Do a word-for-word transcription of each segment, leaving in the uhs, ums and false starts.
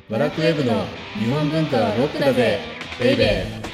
バラクウェブの日本文化はロックだぜベイベー。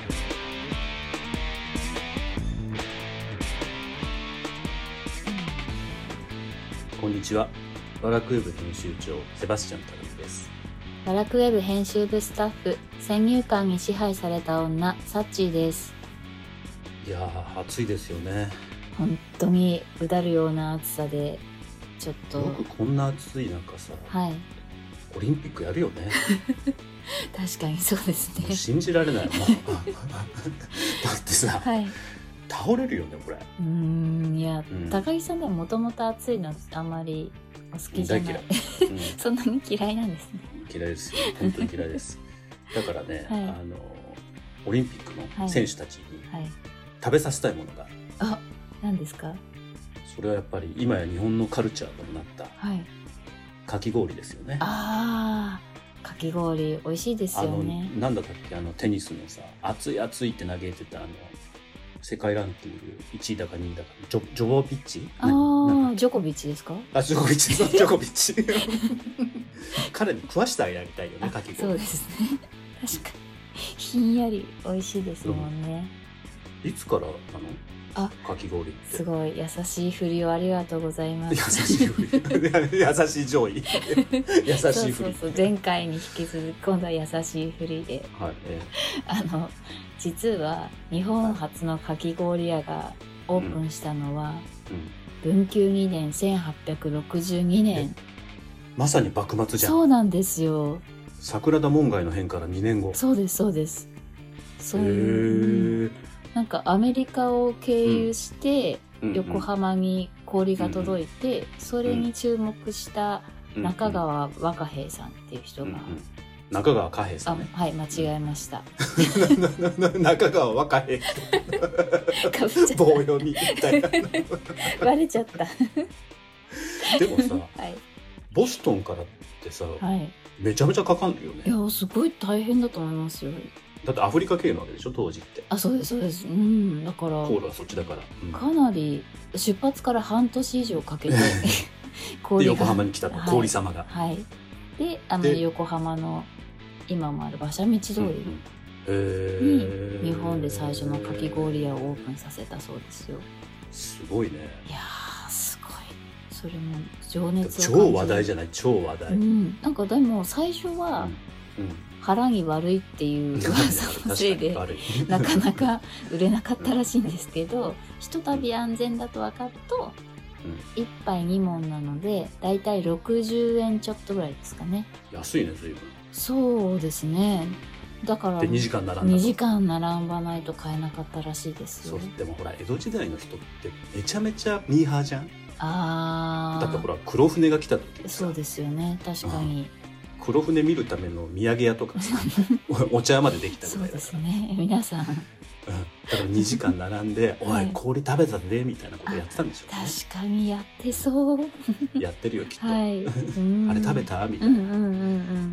こんにちは。バラクウェブ編集長セバスチャン太郎です。 バラクウェブ編集部スタッフ、先入観に支配された女サッチーです。 いやー暑いですよね。 本当にうだるような暑さでちょっとよくこんな暑い中さ、 はいオリンピックやるよね。 確かにそうですね。 信じられないもうだってさ、はい、倒れるよねこれ。 うーんいや、うん、高木さんでももともと暑いのあんまりお好きじゃない。大嫌い、うん、そんなに嫌いなんですね。 嫌いですよ、本当に嫌いです。だからね、はい、あのオリンピックの選手たちに食べさせたいものが、はいはい、あ、何ですか？ それはやっぱり今や日本のカルチャーとなった、はい、かき氷ですよね。 ああ、かき氷美味しいですよね。 あのなんだったっけ、あのテニスのさ、熱い熱いって嘆いてたあの世界ランキングいちいだかにいだかジョ、ジョボビッチ？ ああ、ジョコビッチですか？ あ、ジョコビッチ、ジョコビッチ。彼に食わしてあげたいよね、かき氷。 そうですね。確かにひんやり美味しいですもんね。 うん、いつからなの？ あ、 かき氷って。 すごい優しい振りをありがとうございます。 優しい振り優しい上位優しい振り。そうそうそう、前回に引き続き今度は優しい振りで、はい、えー、あの実は日本初のかき氷屋がオープンしたのは、うんうん、文久にねんせんはっぴゃくろくじゅうにねん。 まさに幕末じゃん。 そうなんですよ。 桜田門外の変からにねんご。 そうですそうです。そういう、なんかアメリカを経由して横浜に氷が届いて、それに注目した中川若平さんっていう人が、うんうん、 中川嘉平さん、ね、 はい、間違えました。 中川若平棒読みみたいなバレちゃったでもさ、はい、ボストンからってさ、はい、めちゃめちゃかかんるよね。 いやすごい大変だと思いますよ。 だってアフリカ経由なわけでしょ当時って。 あ、そうですそうです。うん、だから航路はそっちだから、うん、 かなり出発から半年以上かけて氷がで横浜に来たの、はい、氷様が。はい。 で、あの横浜の今もある馬車道通りに日本で最初のかき氷屋をオープンさせたそうですよ。 すごいね。 いやーすごい。それも情熱を超話題じゃない？超話題。 うん。なんかでも最初は、うんうん、腹に悪いっていう噂のせいでなかなか売れなかったらしいんですけど、ひとたび安全だと分かると、うん、いっぱいにもんなのでだいたいろくじゅうえんちょっとぐらいですかね。 安いね随分。 そうですね。だからでにじかん並んだ。 にじかん並ばないと買えなかったらしいですよ。 そうでもほら江戸時代の人ってめちゃめちゃミーハーじゃん。あだってほら黒船が来た時にさ。 そうですよね、確かに、 うん、黒船見るための土産屋とかさお茶屋までできたぐらいだから。 そうですね、皆さん、うん、だからにじかん並んで「おい氷食べたで」みたいなことやってたんでしょうね。 確かにやってそうやってるよきっと、 はい、 あれ食べたみたいな、うんうんうんうん、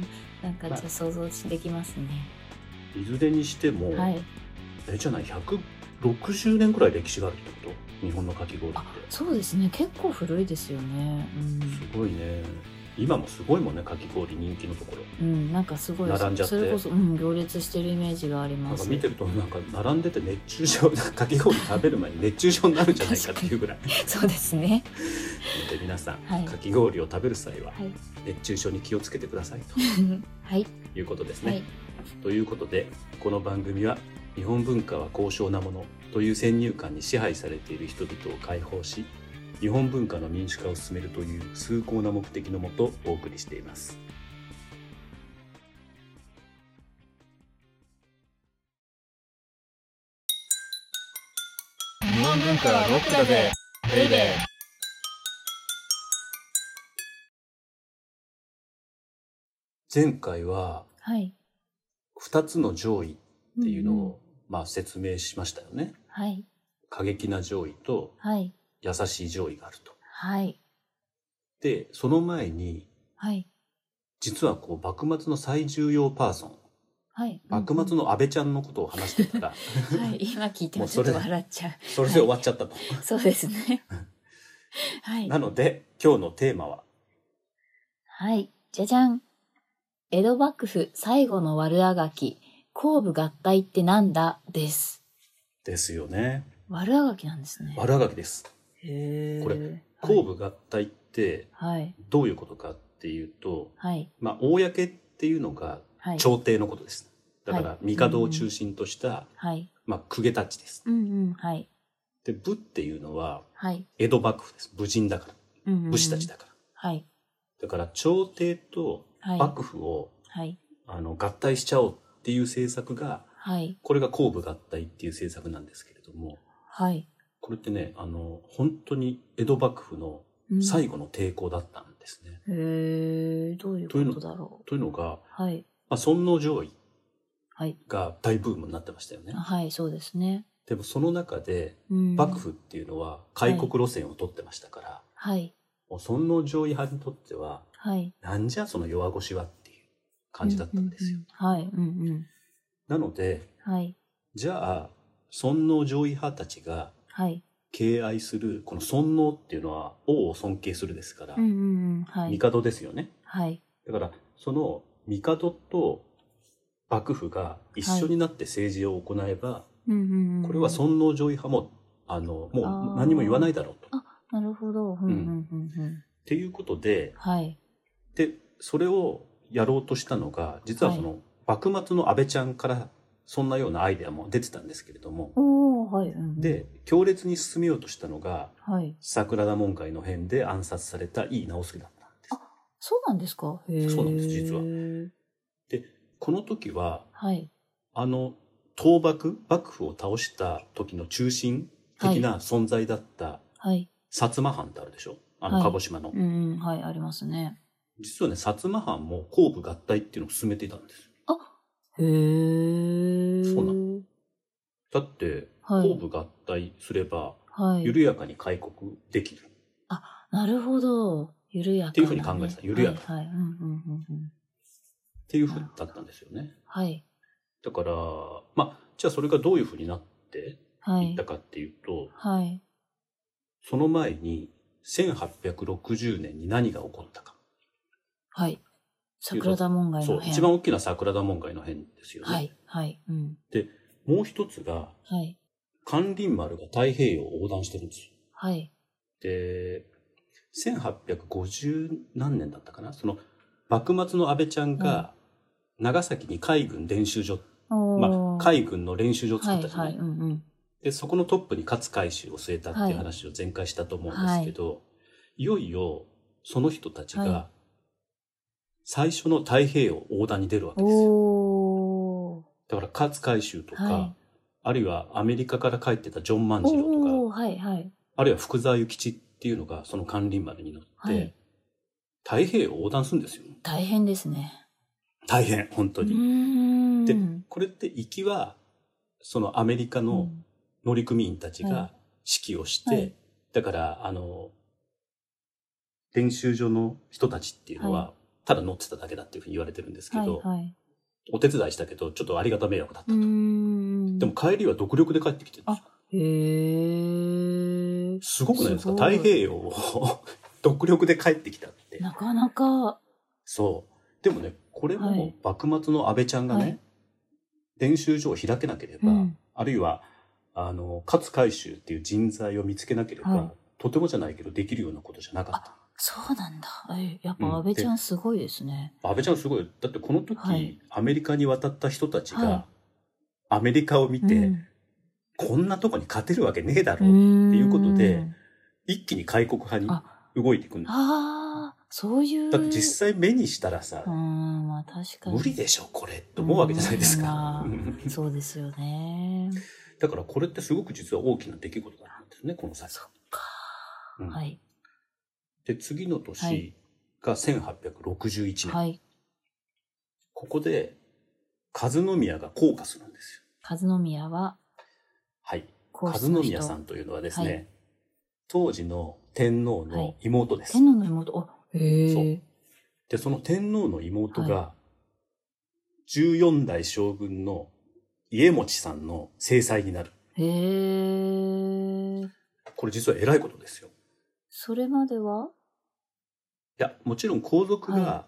なんかちょっと想像できますね、 まあ、いずれにしても、はい、えじゃないひゃくろくじゅうねんくらい歴史があるってこと？日本のかき氷って。 そうですね、結構古いですよね、うん、 すごいね。今もすごいもんねかき氷人気のところ、 うん、なんかすごい並んじゃって、 それこそ、うん、行列してるイメージがあります。 なんか見てるとなんか並んでて熱中症かき氷食べる前に熱中症になるんじゃないかっていうぐらいそうですね。 で皆さん、はい、かき氷を食べる際は、はい、熱中症に気をつけてくださいと、はい、いうことですね、はい、ということでこの番組は日本文化は高尚なものという先入観に支配されている人々を解放し、日本文化の民主化を進めるという崇高な目的のもとお送りしています。 日本文化はロックだぜベイベー。 前回はふたつの上位っていうのを、はい、まあ、説明しましたよね、はい、過激な上位と、はい、優しい上位があると。はい。で、その前に、はい、実はこう幕末の最重要パーソン、はい、幕末の安倍ちゃんのことを話してたら、 はい、今聞いてもちょっと笑っちゃう。 それで終わっちゃったと。はい、 そうですね。 はい。なので今日のテーマは、 はい、じゃじゃん。 江戸幕府最後の悪あがき、公武合体ってなんだです。 ですよね。 悪あがきなんですね。 悪あがきです。 へー。 これ、公武合体ってどういうことかっていうと、はい、まあ、公っていうのが朝廷のことです。だから、帝を中心とした、はい、まあ、公家たちです。うんうんはい、で、武っていうのは、江戸幕府です。武人だから。うんうん、武士たちだから。はい、だから、朝廷と幕府を、はい、あの合体しちゃおうっていう政策が、はい、これが公武合体っていう政策なんですけれども、はい、これってね、あの、本当に江戸幕府の最後の抵抗だったんですね。 うん、へー、どういうことだろう。というのが、はい、まあ、尊王攘夷が大ブームになってましたよね。 はい、そうですね。 でもその中で、幕府っていうのは開国路線を取ってましたから、はい、もう尊王攘夷派にとっては、はい、なんじゃその弱腰はっていう感じだったんですよ。はい、うんうん、なので、はい、じゃあ尊王攘夷派たちが敬愛するこの尊王っていうのは王を尊敬するですから、うんうんうんはい、帝ですよね。はい、だからその帝と幕府が一緒になって政治を行えば、はい、これは尊王攘夷派もあのもう何も言わないだろうと。 あ、なるほど。うんうんうんうん、 っていうことで、はい、でそれをやろうとしたのが実はその、はい、幕末の安倍ちゃんからそんなようなアイデアも出てたんですけれども、はいうんうん、で強烈に進めようとしたのが、はい、桜田門外の変で暗殺された井伊直弼だったんです。 あ、そうなんですか。へー、 そうなんです実は。でこの時は、はい、あの倒幕幕府を倒した時の中心的な存在だった、はい、薩摩藩ってあるでしょ、あの鹿児島の、はい、 うんはいありますね。 実はね薩摩藩も公武合体っていうのを進めていたんです。 あ、へー、 そうなの。だって、はい、公武合体すれば、はい、緩やかに開国できる。 あ、なるほど。緩やかな、ね、 っていうふうに考えてた。緩やか。 はいはいうんうんうんうん、 っていうふうだったんですよね。 はい。 だから、まあ、じゃあそれがどういうふうになっていったかっていうと、はい、その前にせんはっぴゃくろくじゅうねんに何が起こったか。 はい。桜田門外の変。 そう、一番大きな桜田門外の変ですよね。 はい、はい。うん、 で、もう一つが、はい、咸臨丸が太平洋を横断してるんですよ。はい。で、せんはっぴゃくごじゅう何年だったかな、その、幕末の安倍ちゃんが、長崎に海軍練習所、まあ、海軍の練習所を作ったじゃない。はいはいうんうん、で、そこのトップに勝海舟を据えたっていう話を前回したと思うんですけど、はい、いよいよ、その人たちが、最初の太平洋横断に出るわけですよ。だから勝海舟とか、はい、あるいはアメリカから帰ってたジョン万次郎とか、はいはい、あるいは福沢諭吉っていうのがその咸臨丸に乗って、はい、太平洋横断するんですよ。 大変ですね。 大変、本当に。で、これって行きは、そのアメリカの乗組員たちが指揮をして、はいはい、だから、あの、練習所の人たちっていうのは、はいただ乗ってただけだっていうふうに言われてるんですけど、はいはい、お手伝いしたけどちょっとありがた迷惑だったと。でも帰りは独力で帰ってきてるんですよ。あへーすごくないですか。太平洋を独力で帰ってきたって。 なかなか。 そうでもねこれも幕末の安倍ちゃんがね、はい、練習所を開けなければ、うん、あるいはあの勝海舟っていう人材を見つけなければ、はい、とてもじゃないけどできるようなことじゃなかった。 そうなんだ。え、やっぱ安倍ちゃんすごいですね。 うん、安倍ちゃんすごい。だってこの時、はい、アメリカに渡った人たちが、はい、アメリカを見て、うん、こんなとこに勝てるわけねえだろうっていうことで、一気に開国派に動いていくんです。 ああ、そういう。 だって実際目にしたらさ、 うん、まあ確かに。 無理でしょ、これって思うわけじゃないですか。まあ、そうですよね。 だからこれってすごく実は大きな出来事だったんですね、この先。 そっか。うん、はい。 で、次の年がせんはっぴゃくろくじゅういちねん。はい、ここで、和宮が降下するんですよ。 和宮ははい。和宮さんというのはですね、はい、当時の天皇の妹です。 はい、天皇の妹あ、へー。そう。 で、その天皇の妹が、はい、じゅうよん代将軍の家茂さんの正妻になる。 へー。 これ実は偉いことですよ。 それまではいや、もちろん皇族が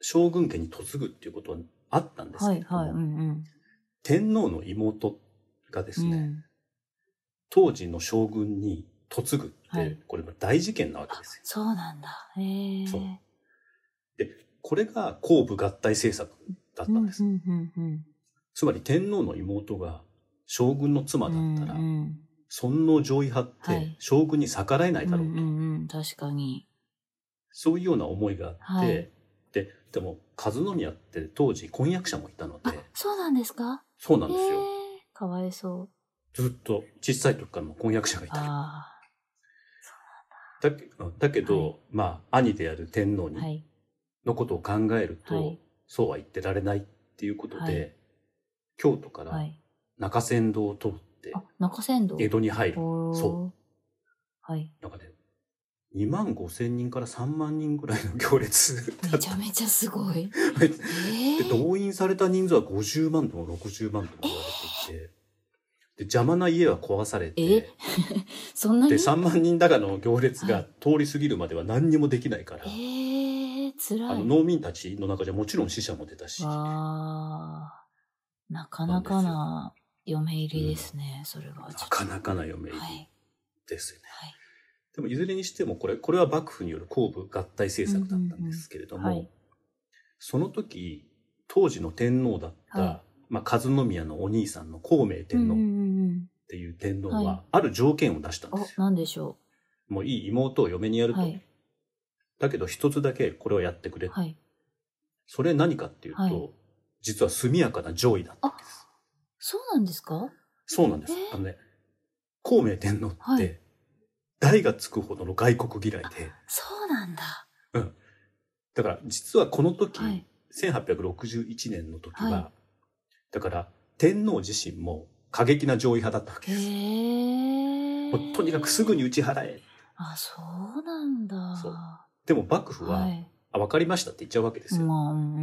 将軍家に嫁ぐっていうことはあったんですけれども、はいはいうんうん、天皇の妹がですね、うん、当時の将軍に嫁ぐって、はい、これも大事件なわけですよ。 そうなんだ。へー。そう。 で、これが皇武合体政策だったんです。うんうんうんうん、つまり天皇の妹が将軍の妻だったら、うんうん、尊王攘夷派って将軍に逆らえないだろうと、 はいうんうんうん、確かにそういうような思いがあって、はい、ででも和宮って当時婚約者もいたので。 そうなんですか。 そうなんですよ。 かわいそう。 ずっと小さい時からも婚約者がいたり。あそうなんだ。だ, だけど、はい、まあ兄である天皇に、はい、のことを考えると、はい、そうは言ってられないっていうことで、はい、京都から中山道を通って、 あ、中山道江戸に入る。そう。はい。なんかね、にまんごせんにんからさんまんにんぐらいの行列めちゃめちゃすごい。 で動員された人数はごじゅうまんともろくじゅうまんとも言われていて、で邪魔な家は壊されて、 そんなにでさんまんにんだがの行列が通り過ぎるまでは何にもできないから、 えー、辛い。 あの農民たちの中じゃもちろん死者も出たし、 あなかなかな嫁入りですね、うん、それはなかなかな嫁入りですよね。はいはい、でもいずれにしてもこれこれは幕府による皇武合体政策だったんですけれども、うんうんうんはい、その時当時の天皇だった、はいまあ、和宮のお兄さんの孝明天皇っていう天皇はある条件を出したんですよ。 何でしょう。もういい妹を嫁にやると、はい、だけど一つだけこれをやってくれ、はい、それ何かっていうと、はい、実は速やかな攘夷だったんです。 そうなんですか。 そうなんです。あのね孝明天皇って、はい代がつくほどの外国嫌いで。 そうなんだ。 うん。だから実はこの時、はい、せんはっぴゃくろくじゅういちねんの時は、はい、だから天皇自身も過激な攘夷派だったわけです。へー。もうとにかくすぐに打ち払え。 あ、そうなんだ。そう。 でも幕府は、はい、あ、分かりましたって言っちゃうわけですよ。まあうんうんうん、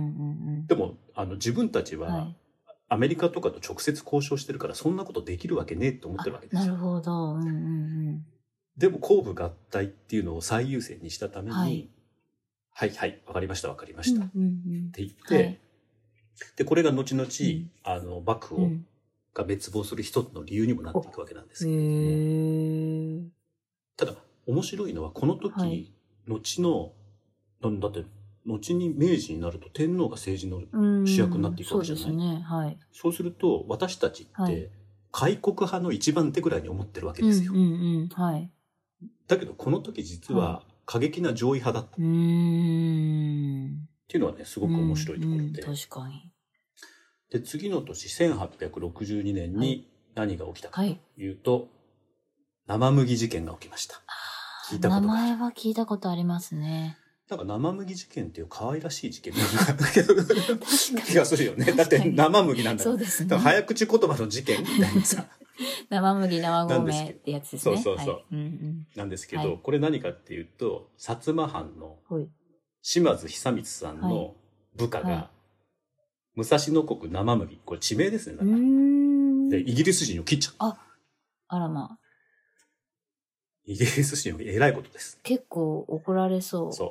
でもあの自分たちは、はい、アメリカとかと直接交渉してるからそんなことできるわけねえって思ってるわけですよ。 なるほど。うんうんうんでも皇武合体っていうのを最優先にしたために、はい、はいはいわかりましたわかりました、うんうんうん、って言って、はい、でこれが後々、うん、あの幕府を、うん、が滅亡する一つの理由にもなっていくわけなんですけれども、ただ面白いのはこの時、はい、後のだって後に明治になると天皇が政治の主役になっていくわけじゃない。そうですね、はい、そうすると私たちって、はい、開国派の一番手ぐらいに思ってるわけですよ。うんうんうんはいだけどこの時実は過激な攘夷派だった、はい、うーんっていうのはねすごく面白いところで、うんうん、 確かに。 で次の年せんはっぴゃくろくじゅうにねんに何が起きたかというと、はい、生麦事件が起きました。 聞いたこと名前は聞いたことありますね。 なんか生麦事件っていう可愛らしい事件なんだけど気がするよね。だって生麦なんだから。そうですね。早口言葉の事件みたいなさ。 生麦生米ってやつですね。 そうそうそう。はいうんうん、なんですけど、はい、これ何かっていうと、薩摩藩の島津久光さんの部下が、はいはい、武蔵野国生麦、これ地名ですね。だからでイギリス人を切っちゃう。 あ、あらまあ。 イギリス人は偉いことです。 結構怒られそう。 そう。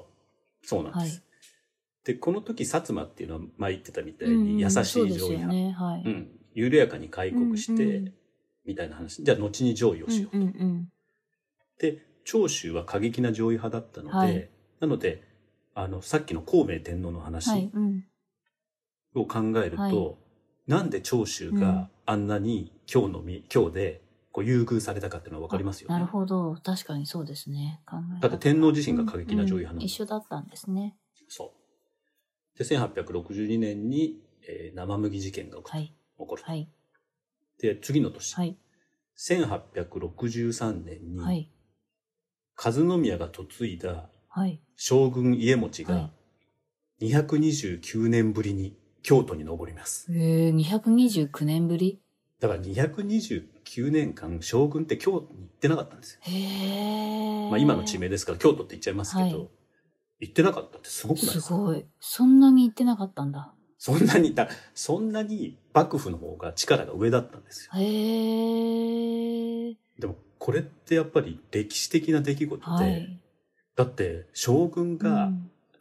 そうなんです。はい、で、この時薩摩っていうのは前言ってたみたいに優しい攘夷派。ねはいうん。緩やかに開国して、うんうんみたいな話。じゃあ後に攘夷をしようと。うんうんうん、で、長州は過激な攘夷派だったので、はい、なので、あの、さっきの孝明天皇の話を考えると、はいうん、なんで長州があんなに京のみ、京でこう優遇されたかっていうのはわかりますよね。 なるほど。確かにそうですね。考えだって天皇自身が過激な攘夷派なの、うんうん、 一緒だったんですね。 そう。で、せんはっぴゃくろくじゅうにねんに、えー、生麦事件が起きた、はい、起こる。はいで、次の年、はい、せんはっぴゃくろくじゅうさんねんに、はい、和宮が嫁いだ将軍家持がにひゃくにじゅうきゅうねんぶりに京都に上ります。 へー、にひゃくにじゅうきゅうねんぶりだからにひゃくにじゅうきゅうねんかん将軍って京都に行ってなかったんですよ。へー。まあ今の地名ですから京都って言っちゃいますけど、はい、行ってなかったってすごくないですか？ すごい。そんなに行ってなかったんだ。 そんなにだ、そんなに幕府の方が力が上だったんですよ。へー。でもこれってやっぱり歴史的な出来事で、はい、だって将軍が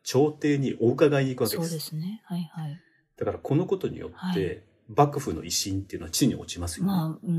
朝廷にお伺いに行くわけです。 そうですね。はいはい。 だからこのことによって、はい、幕府の威信っていうのは地に落ちますよね。 まあ、うん、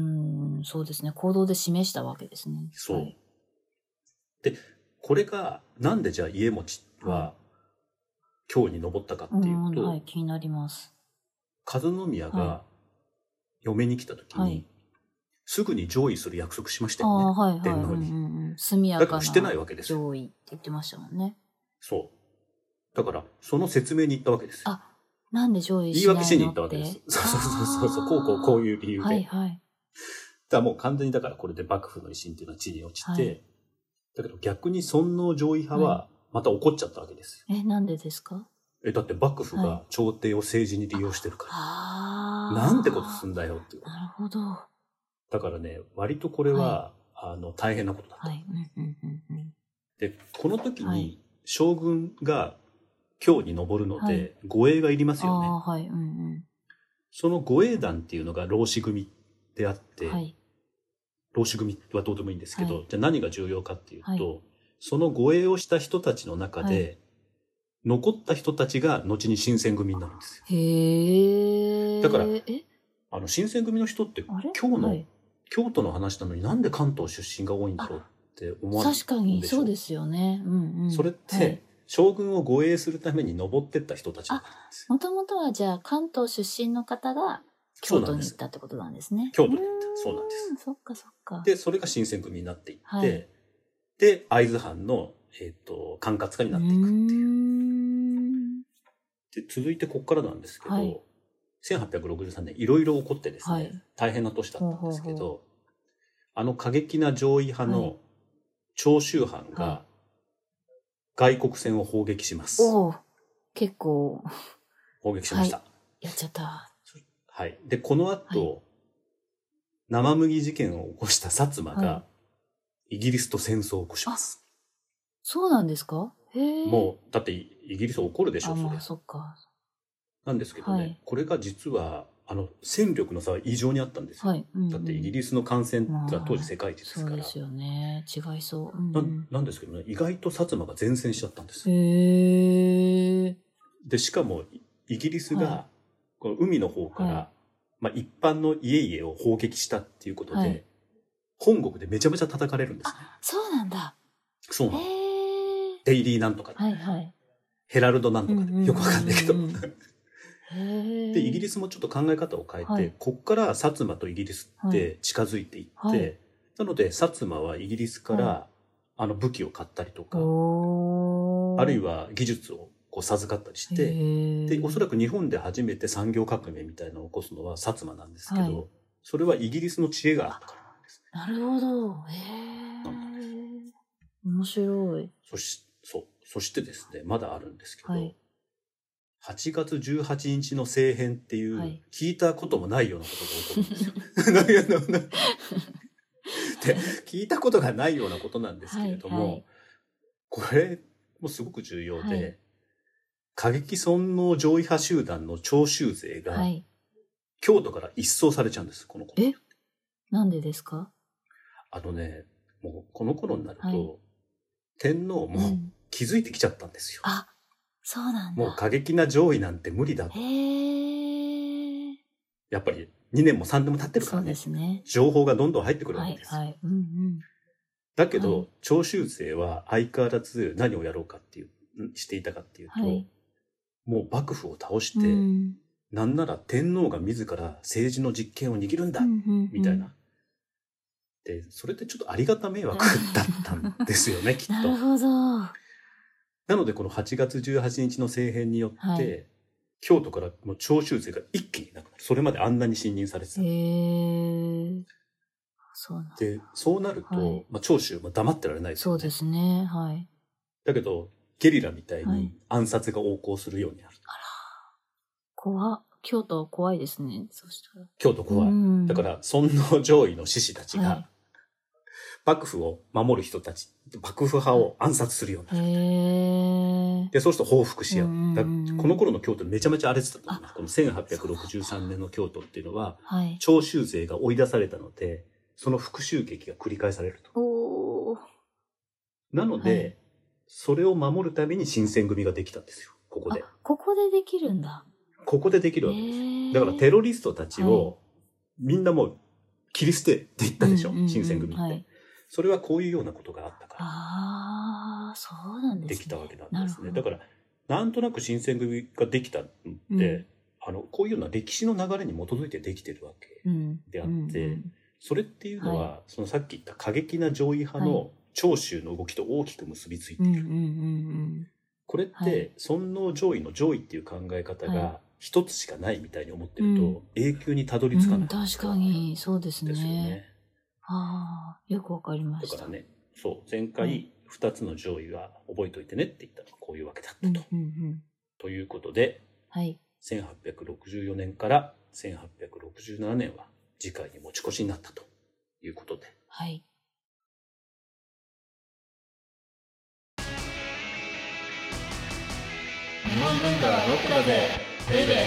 そうですね。行動で示したわけですね。 そう。はい、で、これが、なんでじゃあ家茂は、京に登ったかっていうと、 うん、はい、気になります。 和宮が嫁に来た時に、はい、すぐに上位する約束しましたよね。あ、はいはい、天皇に。 うんうん、速やかなだからしてないわけですよ。 上位って言ってましたもんね。 そう。だから、その説明に行ったわけですよ。 あ、なんで上位しないのって。言い訳しに行ったわけです。 そうそうそうそう、こうこうこういう理由で。 はいはい。 だからもう完全にだからこれで幕府の威信っていうのは地に落ちて、はい、だけど逆に尊皇攘夷派はまた怒っちゃったわけですよ。 はい、え、なんでですか？ え、だって幕府が朝廷を政治に利用してるから。はい、なんてことすんだよっていう。 なるほど。 だからね、割とこれは、はい、あの大変なことだった。はい、うんうんうん、で、この時に将軍が京に登るので、はい、護衛がいりますよね。あ、はい、うんうん、その護衛団っていうのが浪士組であって、はい、浪士組はどうでもいいんですけど、はい、じゃあ何が重要かっていうと、はい、その護衛をした人たちの中で、はい、残った人たちが後に新選組になるんですよ。へー。だから、あの新選組の人って京の、はい、京都の話なのになんで関東出身が多いんだろうって思われるでしょ。 確かにそうですよね。うんうん、 それって、はい、将軍を護衛するために登ってった人たちなんですよ。 もともとはじゃあ関東出身の方が京都に行ったってことなんですね。 京都に行った。そうなんです。 そっかそっか。 で、それが新選組になっていって、はい、で、会津藩の、えっと、管轄下になっていくっていう。で、続いてここからなんですけど、はい、せんはっぴゃくろくじゅうさんねんいろいろ起こってですね、はい、大変な年だったんですけど、ほうほうほう、あの過激な攘夷派の長州藩が、はい、外国船を砲撃します。 おー、結構。 砲撃しました。 はい、やっちゃった。 はい。で、この後、はい、生麦事件を起こした薩摩が、イギリスと戦争を起こします。 あ、そうなんですか？へー。 もう、だってイギリス怒るでしょ、それ。 あ、そっか。 なんですけどね、はい、これが実は、あの、戦力の差は異常にあったんですよ。はい、うんうん、だってイギリスの艦船が当時世界一ですから。 そうですよね。違いそう。うんうん、な, なんですけどね、意外と薩摩が前線しちゃったんです。 へー。 で、しかも、イギリスが、この海の方から、はい、まあ一般の家々を砲撃したっていうことで、はい、本国でめちゃめちゃ叩かれるんですね。 あ、そうなんだ。 そうなんだ。デイリーなんとか、はいはい、ヘラルドなんとかで、よくわかんないけど。で、イギリスもちょっと考え方を変えて、はい、こっから薩摩とイギリスって近づいていって、はい、なので薩摩はイギリスから、はい、あの武器を買ったりとか、あるいは技術をこう授かったりして、で、おそらく日本で初めて産業革命みたいなのを起こすのは薩摩なんですけど、はい、それはイギリスの知恵があったからなんです。 なるほど。へー。面白い。 そし、そう。そしてですね、まだあるんですけど、はい、はちがつじゅうはちにちの政変っていう、はい、聞いたこともないようなことが起こるんですよ。で、聞いたことがないようなことなんですけれども、はいはい、これもすごく重要で、はい、過激尊皇攘夷派集団の長州勢が、はい、京都から一掃されちゃうんです、この頃。 え？なんでですか？ あのね、もうこの頃になると、はい、天皇も気づいてきちゃったんですよ。 うん、あ、そうなんだ。 もう過激な攘夷なんて無理だと。へー。やっぱりにねんもさんねんも経ってるからね。そうですね。情報がどんどん入ってくるわけです。はいはい。うんうん、だけど、はい、長州勢は相変わらず何をやろうかっていう、していたかっていうと、はい、もう幕府を倒して、うん、なんなら天皇が自ら政治の実権を握るんだ、うんうんうん、みたいな。で、それってちょっとありがた迷惑だったんですよね、きっと。 なるほど。 なので、このはちがつじゅうはちにちの政変によって、はい、京都からもう長州勢が一気になくなる。それまであんなに信任されてた。へー。そうなんだ。で、そうなると、はい、まあ、長州も黙ってられないですよね。そうですね。はい。だけど、ゲリラみたいに暗殺が横行するようになる。はい、あら。 怖っ。京都怖いですね。そしたら。 京都怖い。だから、尊皇攘夷の志士たちが、はい、幕府を守る人たち、幕府派を暗殺するようになる。へー。で、そうすると報復し合う。だこの頃の京都めちゃめちゃ荒れてたと思います。このせんはっぴゃくろくじゅうさんねんの京都っていうのは、はい、長州勢が追い出されたので、その復讐劇が繰り返されると。おー。なので、はい、 それを守るために新選組ができたんですよ、ここで。 ここでできるんだ。 ここでできるわけです。だからテロリストたちをみんなもう切り捨てって言ったでしょ、新選組って、はい。それはこういうようなことがあったから。 ああ、そうなんですね。 できたわけなんですね。だから、なんとなく新選組ができたのって、うん、あの、こういうような歴史の流れに基づいてできてるわけであって、うんうんうん、それっていうのは、はい、そのさっき言った過激な上位派の長州の動きと大きく結びついている。これって、はい、尊王攘夷の攘夷っていう考え方が一つしかないみたいに思ってると、うん、永久にたどり着かない、 うん。確かに、そうですね。ですよね。ああ、よくわかりました。 だからね、そう、前回二つの攘夷は覚えておいてねって言ったのはこういうわけだったと。うんうんうん、ということで、はい、せんはっぴゃくろくじゅうよねんからせんはっぴゃくろくじゅうななねんは次回に持ち越しになったということで。はい。 日本文化はロックだぜ、ベイベー。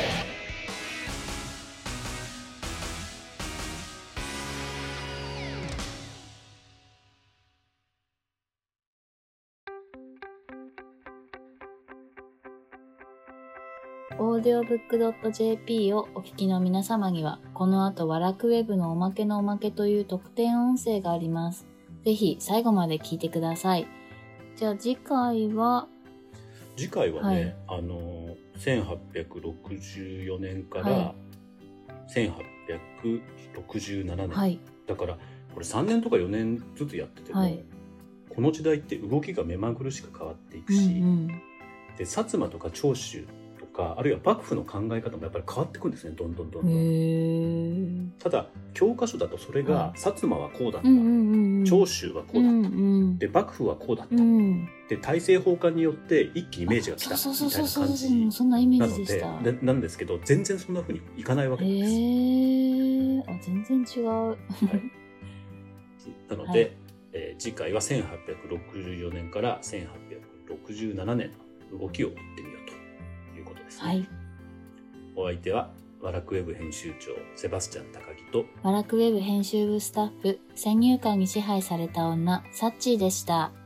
オーディオブックドットジェーピー をお聞きの皆様には、この後、ワラクウェブのおまけのおまけという特典音声があります。ぜひ最後まで聞いてください。じゃあ次回は、 次回はね、はい、あの、せんはっぴゃくろくじゅうよねんからせんはっぴゃくろくじゅうななねん。はい、だから、これさんねんとかよねんずつやってても、はい、この時代って動きが目まぐるしく変わっていくし、うんうん、で、薩摩とか長州とか、あるいは幕府の考え方もやっぱり変わっていくんですね、どんどんどんどん。へー。ただ、教科書だとそれが、はい、薩摩はこうだった、うんうんうん、長州はこうだった、うんうん、で、幕府はこうだった、うん、で、大政奉還によって一気にイメージが来たみたいな感じそんなイメージでしたなので、なんですけど、全然そんな風にいかないわけです。へー。あ、全然違う。はい、 なので、はい、えー、次回はせんはっぴゃくろくじゅうよねんからせんはっぴゃくろくじゅうななねんの動きを追ってみようということですね。はい、お相手はワラクウェブ編集長セバスチャン高木とワラクウェブ編集部スタッフ先入観に支配された女サッチーでした。